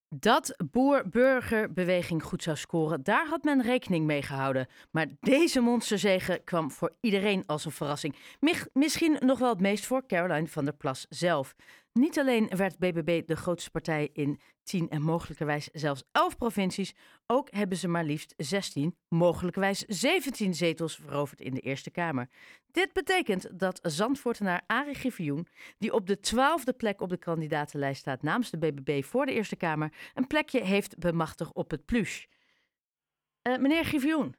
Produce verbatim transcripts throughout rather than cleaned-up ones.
Dat boer-burgerbeweging goed zou scoren, daar had men rekening mee gehouden. Maar deze monsterzege kwam voor iedereen als een verrassing. Mich- misschien nog wel het meest voor Caroline van der Plas zelf. Niet alleen werd B B B de grootste partij in tien en mogelijkerwijs zelfs elf provincies. Ook hebben ze maar liefst zestien, mogelijkerwijs zeventien zetels veroverd in de Eerste Kamer. Dit betekent dat Zandvoortenaar Arie Griffioen, die op de twaalfde plek op de kandidatenlijst staat namens de B B B voor de Eerste Kamer, een plekje heeft bemachtigd op het pluche. Uh, meneer Griffioen.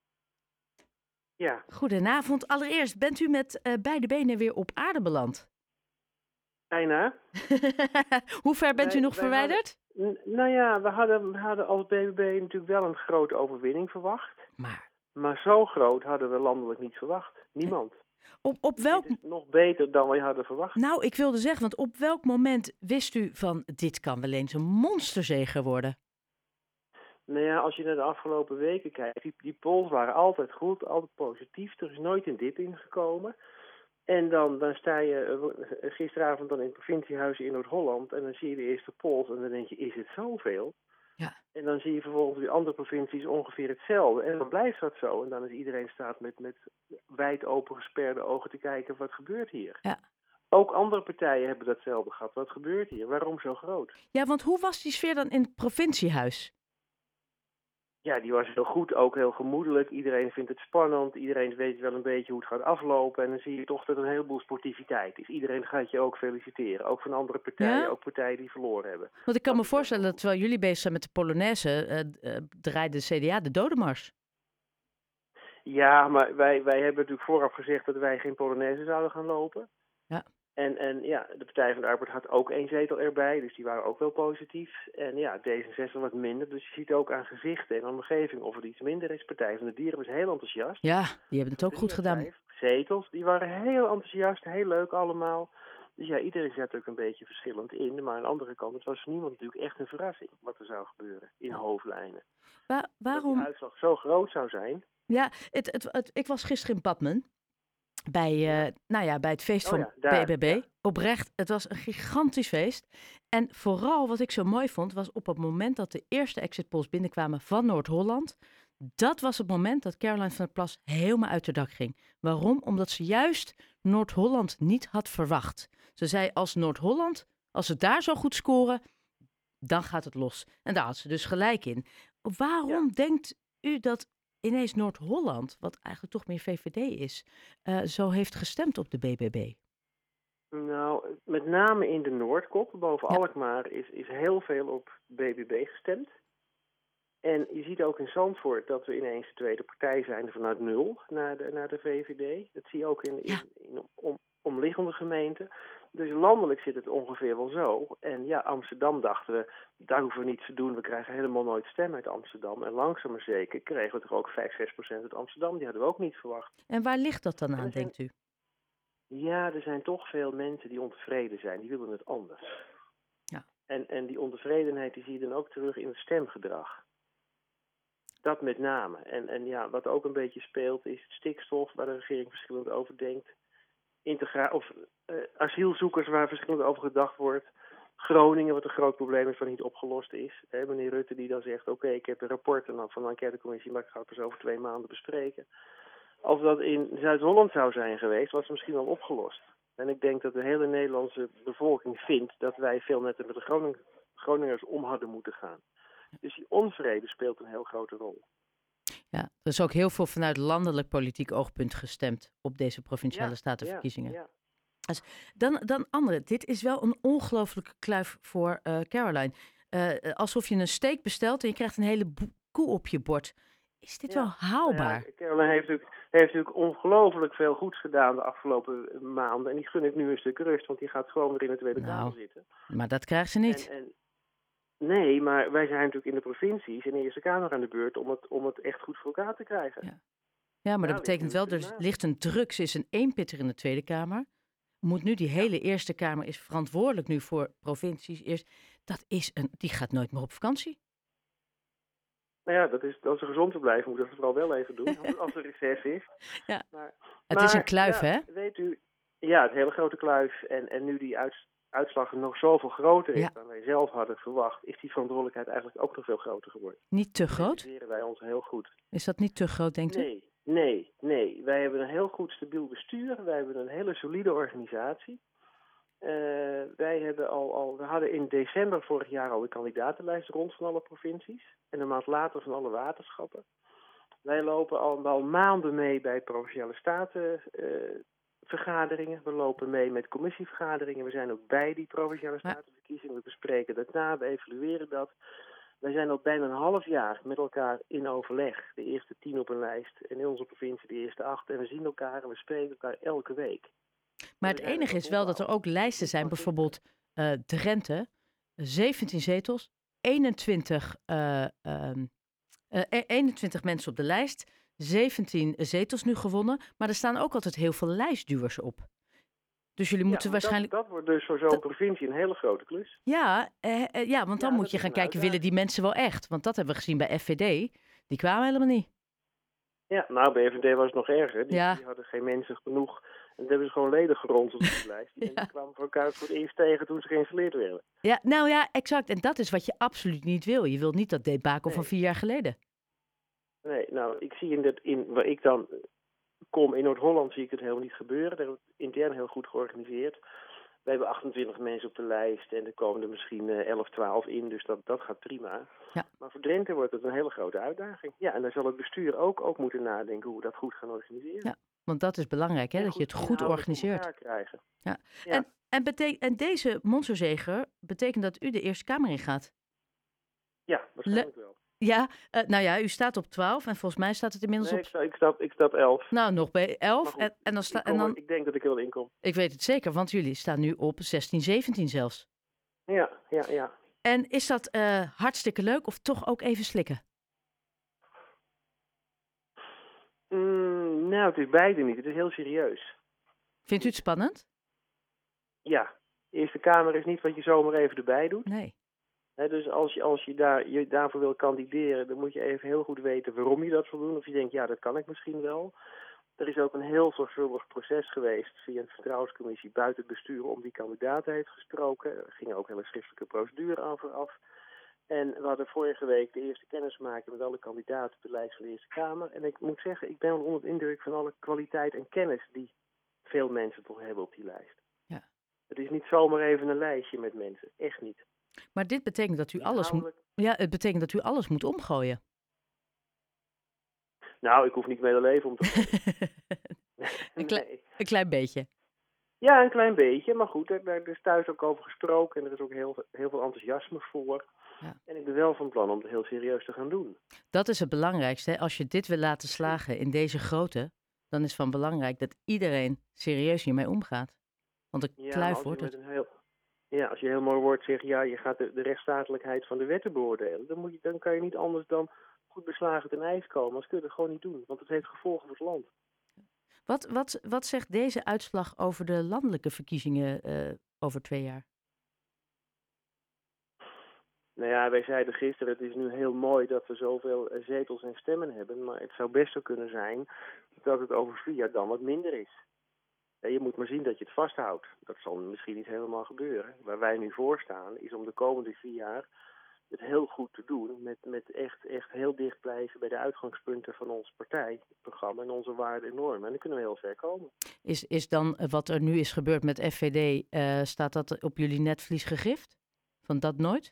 Ja. Goedenavond. Allereerst, bent u met uh, beide benen weer op aarde beland? Bijna. Hoe ver bent wij, u nog verwijderd? Hadden, n- nou ja, we hadden, we hadden als B B B natuurlijk wel een grote overwinning verwacht. Maar, maar zo groot hadden we landelijk niet verwacht. Niemand. Op, op welk... Het is nog beter dan we hadden verwacht. Nou, ik wilde zeggen, want op welk moment wist u van dit kan wel eens een monsterzege worden? Nou ja, als je naar de afgelopen weken kijkt, die, die polls waren altijd goed, altijd positief. Er is nooit een dip ingekomen. En dan, dan sta je uh, gisteravond dan in het provinciehuis in Noord-Holland en dan zie je de eerste polls en dan denk je, is het zoveel? Ja. En dan zie je vervolgens die andere provincies ongeveer hetzelfde. En dan blijft dat zo. En dan is iedereen staat met, met wijd open gesperde ogen te kijken, wat gebeurt hier? Ja. Ook andere partijen hebben datzelfde gehad. Wat gebeurt hier? Waarom zo groot? Ja, want hoe was die sfeer dan in het provinciehuis? Ja, die was heel goed, ook heel gemoedelijk. Iedereen vindt het spannend. Iedereen weet wel een beetje hoe het gaat aflopen. En dan zie je toch dat er een heleboel sportiviteit is. Iedereen gaat je ook feliciteren. Ook van andere partijen, Ja? ook partijen die verloren hebben. Want ik kan dat me voorstellen dat terwijl jullie bezig zijn met de Polonaise, uh, uh, draaide de C D A de dodenmars. Ja, maar wij, wij hebben natuurlijk vooraf gezegd dat wij geen Polonaise zouden gaan lopen. Ja. En, en ja, de Partij van de Arbeid had ook één zetel erbij, dus die waren ook wel positief. En ja, D zesenzestig wat minder, dus je ziet ook aan gezichten en omgeving of het iets minder is. Partij van de Dieren was heel enthousiast. Ja, die hebben het ook goed gedaan. Vijf zetels, die waren heel enthousiast, heel leuk allemaal. Dus ja, iedereen zet ook een beetje verschillend in. Maar aan de andere kant, het was voor niemand natuurlijk echt een verrassing wat er zou gebeuren in hoofdlijnen. Wa- waarom? Dat de uitslag zo groot zou zijn. Ja, het, het, het, ik was gisteren in Badmen. Bij, uh, nou ja, bij het feest oh van ja, daar, B B B. Ja. Oprecht, het was een gigantisch feest. En vooral wat ik zo mooi vond, was op het moment dat de eerste exit polls binnenkwamen van Noord-Holland. Dat was het moment dat Caroline van der Plas helemaal uit haar dak ging. Waarom? Omdat ze juist Noord-Holland niet had verwacht. Ze zei, als Noord-Holland, als ze daar zo goed scoren, dan gaat het los. En daar had ze dus gelijk in. Waarom ja. denkt u dat ineens Noord-Holland, wat eigenlijk toch meer V V D is, uh, zo heeft gestemd op de B B B? Nou, met name in de Noordkop, boven ja. Alkmaar, is, is heel veel op B B B gestemd. En je ziet ook in Zandvoort dat we ineens de tweede partij zijn vanuit nul naar de, naar de V V D. Dat zie je ook in, in, ja. in om, omliggende gemeenten. Dus landelijk zit het ongeveer wel zo. En ja, Amsterdam dachten we, daar hoeven we niets te doen. We krijgen helemaal nooit stemmen uit Amsterdam. En langzaam maar zeker kregen we toch ook vijf, zes procent uit Amsterdam. Die hadden we ook niet verwacht. En waar ligt dat dan aan, zijn, denkt u? Ja, er zijn toch veel mensen die ontevreden zijn. Die willen het anders. Ja. En, en die ontevredenheid die zie je dan ook terug in het stemgedrag. Dat met name. En, en ja, wat ook een beetje speelt is stikstof, waar de regering verschillend over denkt. Integra- of uh, asielzoekers waar verschillend over gedacht wordt. Groningen, wat een groot probleem is, wat niet opgelost is. He, meneer Rutte die dan zegt, oké, okay, ik heb een rapport van de enquêtecommissie, maar ik ga het pas over twee maanden bespreken. Als dat in Zuid-Holland zou zijn geweest, was het misschien al opgelost. En ik denk dat de hele Nederlandse bevolking vindt dat wij veel netter met de Groning- Groningers om hadden moeten gaan. Dus die onvrede speelt een heel grote rol. Ja, er is ook heel veel vanuit landelijk politiek oogpunt gestemd op deze provinciale ja, statenverkiezingen. Ja, ja. Dus dan, dan andere, dit is wel een ongelofelijke kluif voor uh, Caroline. Uh, alsof je een steak bestelt en je krijgt een hele bo- koe op je bord. Is dit ja. wel haalbaar? Ja, Caroline heeft natuurlijk, heeft natuurlijk ongelooflijk veel goeds gedaan de afgelopen maanden. En die gun ik nu een stuk rust, want die gaat gewoon weer in de Tweede nou, Kamer zitten. Maar dat krijgt ze niet. En, en, nee, maar wij zijn natuurlijk in de provincies in de Eerste Kamer aan de beurt om het, om het echt goed voor elkaar te krijgen. Ja, ja maar ja, dat betekent wel, er ligt een druk, ze is een eenpitter in de Tweede Kamer. Moet nu die hele Eerste Kamer is verantwoordelijk nu voor provincies. Eerst, dat is een, die gaat nooit meer op vakantie. Nou ja, dat is, als ze gezond te blijven, moeten we het vooral wel even doen, als er reces is. Ja. Maar, het maar, is een kluif, ja, hè? Weet u, ja, het hele grote kluif. En, en nu die uit, uitslag nog zoveel groter is Ja. dan wij zelf hadden verwacht, is die verantwoordelijkheid eigenlijk ook nog veel groter geworden. Niet te Daar groot? realiseren wij ons heel goed. Is dat niet te groot, denkt u? Nee, nee, nee. Wij hebben een heel goed stabiel bestuur. Wij hebben een hele solide organisatie. Uh, wij hebben al, al, we hadden in december vorig jaar al de kandidatenlijst rond van alle provincies. En een maand later van alle waterschappen. Wij lopen al, al maanden mee bij provinciale statenvergaderingen. Uh, we lopen mee met commissievergaderingen. We zijn ook bij die provinciale statenverkiezingen. We bespreken dat na, we evalueren dat. Wij zijn al bijna een half jaar met elkaar in overleg. De eerste tien op een lijst en in onze provincie de eerste acht. En we zien elkaar en we spreken elkaar elke week. Maar het enige is wel dat er ook lijsten zijn, bijvoorbeeld uh, Drenthe, zeventien zetels, eenentwintig, uh, um, uh, eenentwintig mensen op de lijst, zeventien zetels nu gewonnen, maar er staan ook altijd heel veel lijstduwers op. Dus jullie moeten ja, waarschijnlijk... Dat, dat wordt dus voor zo'n dat... provincie een hele grote klus. Ja, uh, uh, ja want dan ja, moet je gaan kijken, willen die mensen wel echt? Want dat hebben we gezien bij F V D, die kwamen helemaal niet. Ja, nou bij F V D was het nog erger. Die, ja. die hadden geen mensen genoeg. En dat hebben ze gewoon leden geronseld op die lijst. Die, ja. die kwamen voor elkaar voor het eerst tegen toen ze geïnstalleerd werden. Ja, nou ja, exact. En dat is wat je absoluut niet wil. Je wilt niet dat debakel nee. van vier jaar geleden. Nee, nou, ik zie in, dat, in waar ik dan kom, in Noord-Holland zie ik het helemaal niet gebeuren. Daar hebben we het intern heel goed georganiseerd. We hebben achtentwintig mensen op de lijst en er komen er misschien uh, elf, twaalf in. Dus dat, dat gaat prima. Ja. Maar voor Drenthe wordt het een hele grote uitdaging. Ja, en daar zal het bestuur ook, ook moeten nadenken hoe we dat goed gaan organiseren. Ja. Want dat is belangrijk, hè? Dat je het goed organiseert. Krijgen. Ja. Ja. En, en, bete- en deze monsterzege betekent dat u de Eerste Kamer in gaat? Ja, waarschijnlijk Le- wel. Ja, uh, nou ja, u staat op twaalf en volgens mij staat het inmiddels nee, op... Ik stap, ik, stap, ik stap elf. Nou, nog bij elf. Goed, en, en dan sta- ik, kom, en dan... ik denk dat ik er wel in kom. Ik weet het zeker, want jullie staan nu op zestien, zeventien zelfs. Ja, ja, ja. En is dat uh, hartstikke leuk of toch ook even slikken? Mm, nou, het is beide niet. Het is heel serieus. Vindt u het spannend? Ja. De Eerste Kamer is niet wat je zomaar even erbij doet. Nee. He, dus als je, als je, daar, je daarvoor wil kandideren, dan moet je even heel goed weten waarom je dat wil doen. Of je denkt, ja, dat kan ik misschien wel. Er is ook een heel zorgvuldig proces geweest via een vertrouwenscommissie buiten het bestuur om die kandidaten heeft gesproken. Er ging ook een hele schriftelijke procedure aan vooraf. En we hadden vorige week de eerste kennismaking met alle kandidaten op de lijst van de Eerste Kamer. En ik moet zeggen, ik ben wel onder de indruk van alle kwaliteit en kennis die veel mensen toch hebben op die lijst. Ja. Het is niet zomaar even een lijstje met mensen. Echt niet. Maar dit betekent dat u alles, mo- ja, het betekent dat u alles moet omgooien. Nou, ik hoef niet mijn hele leven om te gooien. een, kle- nee. een klein beetje. Ja, een klein beetje. Maar goed, er, er is thuis ook over gesproken. En er is ook heel, heel veel enthousiasme voor. Ja. En ik ben wel van plan om het heel serieus te gaan doen. Dat is het belangrijkste. Hè? Als je dit wil laten slagen in deze grootte, dan is het van belangrijk dat iedereen serieus hiermee omgaat. Want de ja, kluif wordt het. Heel, ja, als je heel mooi woord zegt, ja, je gaat de, de rechtsstatelijkheid van de wetten beoordelen. Dan, moet je, dan kan je niet anders dan goed beslagen ten ijs komen. Anders kun je dat gewoon niet doen. Want het heeft gevolgen voor het land. Wat, wat, wat zegt deze uitslag over de landelijke verkiezingen uh, over twee jaar? Nou ja, wij zeiden gisteren, het is nu heel mooi dat we zoveel zetels en stemmen hebben. Maar het zou best zo kunnen zijn dat het over vier jaar dan wat minder is. Ja, je moet maar zien dat je het vasthoudt. Dat zal misschien niet helemaal gebeuren. Waar wij nu voor staan is om de komende vier jaar het heel goed te doen. Met, met echt, echt heel dicht blijven bij de uitgangspunten van ons partijprogramma en onze waarden en normen. En dan kunnen we heel ver komen. Is, is dan wat er nu is gebeurd met F V D, uh, staat dat op jullie netvlies gegrift? Van dat nooit?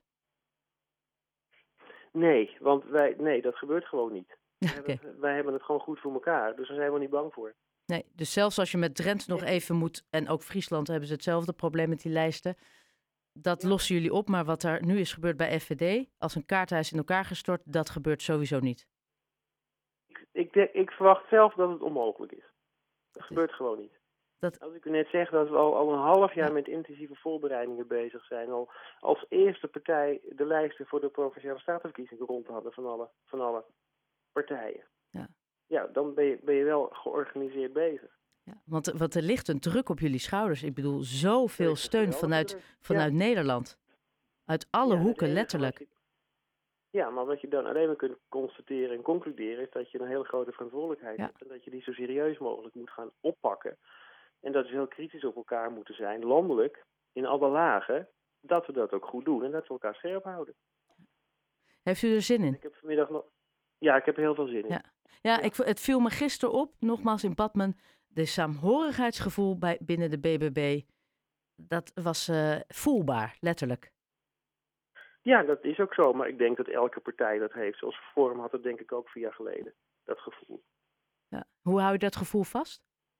Nee, want wij, nee, dat gebeurt gewoon niet. Wij, okay. hebben, wij hebben het gewoon goed voor elkaar, dus daar zijn we niet bang voor. Nee, dus zelfs als je met Drenthe nog even moet, en ook Friesland hebben ze hetzelfde probleem met die lijsten, dat ja. lossen jullie op. Maar wat er nu is gebeurd bij F V D, als een kaarthuis in elkaar gestort, dat gebeurt sowieso niet. Ik, ik, denk, ik verwacht zelf dat het onmogelijk is. Dat, dat gebeurt is... gewoon niet. Dat... Als ik u net zeg dat we al, al een half jaar ja. met intensieve voorbereidingen bezig zijn. Al als eerste partij de lijsten voor de Provinciale Statenverkiezingen rond hadden van alle, van alle partijen. Ja. Ja, dan ben je, ben je wel georganiseerd bezig. Ja, want, want er ligt een druk op jullie schouders. Ik bedoel, zoveel steun vanuit, vanuit ja. Nederland. Uit alle ja, hoeken, letterlijk. Je, ja, maar wat je dan alleen maar kunt constateren en concluderen is dat je een hele grote verantwoordelijkheid ja. hebt. En dat je die zo serieus mogelijk moet gaan oppakken. En dat we heel kritisch op elkaar moeten zijn, landelijk. in alle lagen, dat we dat ook goed doen en dat we elkaar scherp houden. Heeft u er zin in? Ik heb vanmiddag nog... Ja, ik heb er heel veel zin in. Ja, ja ik, het viel me gisteren op, nogmaals in Badmen, de saamhorigheidsgevoel bij, binnen de B B B, dat was uh, voelbaar, letterlijk. Ja, dat is ook zo, maar ik denk dat elke partij dat heeft. Zoals Forum had het denk ik ook vier jaar geleden, dat gevoel. Ja. Hoe hou je dat gevoel vast?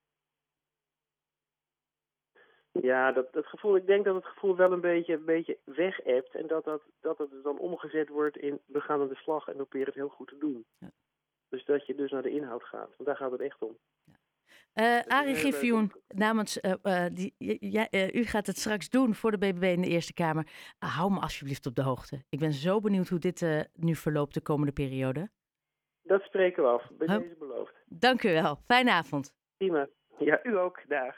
Ja, dat, dat gevoel, ik denk dat het gevoel wel een beetje, een beetje weg-ebt en dat, dat, dat het dan omgezet wordt in we gaan aan de slag en proberen het heel goed te doen. Ja. Dus dat je dus naar de inhoud gaat, want daar gaat het echt om. Ja. Uh, Arie Griffioen, namens, uh, uh, die, ja, uh, u gaat het straks doen voor de B B B in de Eerste Kamer. Uh, hou me alsjeblieft op de hoogte. Ik ben zo benieuwd hoe dit uh, nu verloopt de komende periode. Dat spreken we af, bij huh? deze beloofd. Dank u wel, fijne avond. Prima, ja, u ook, dag.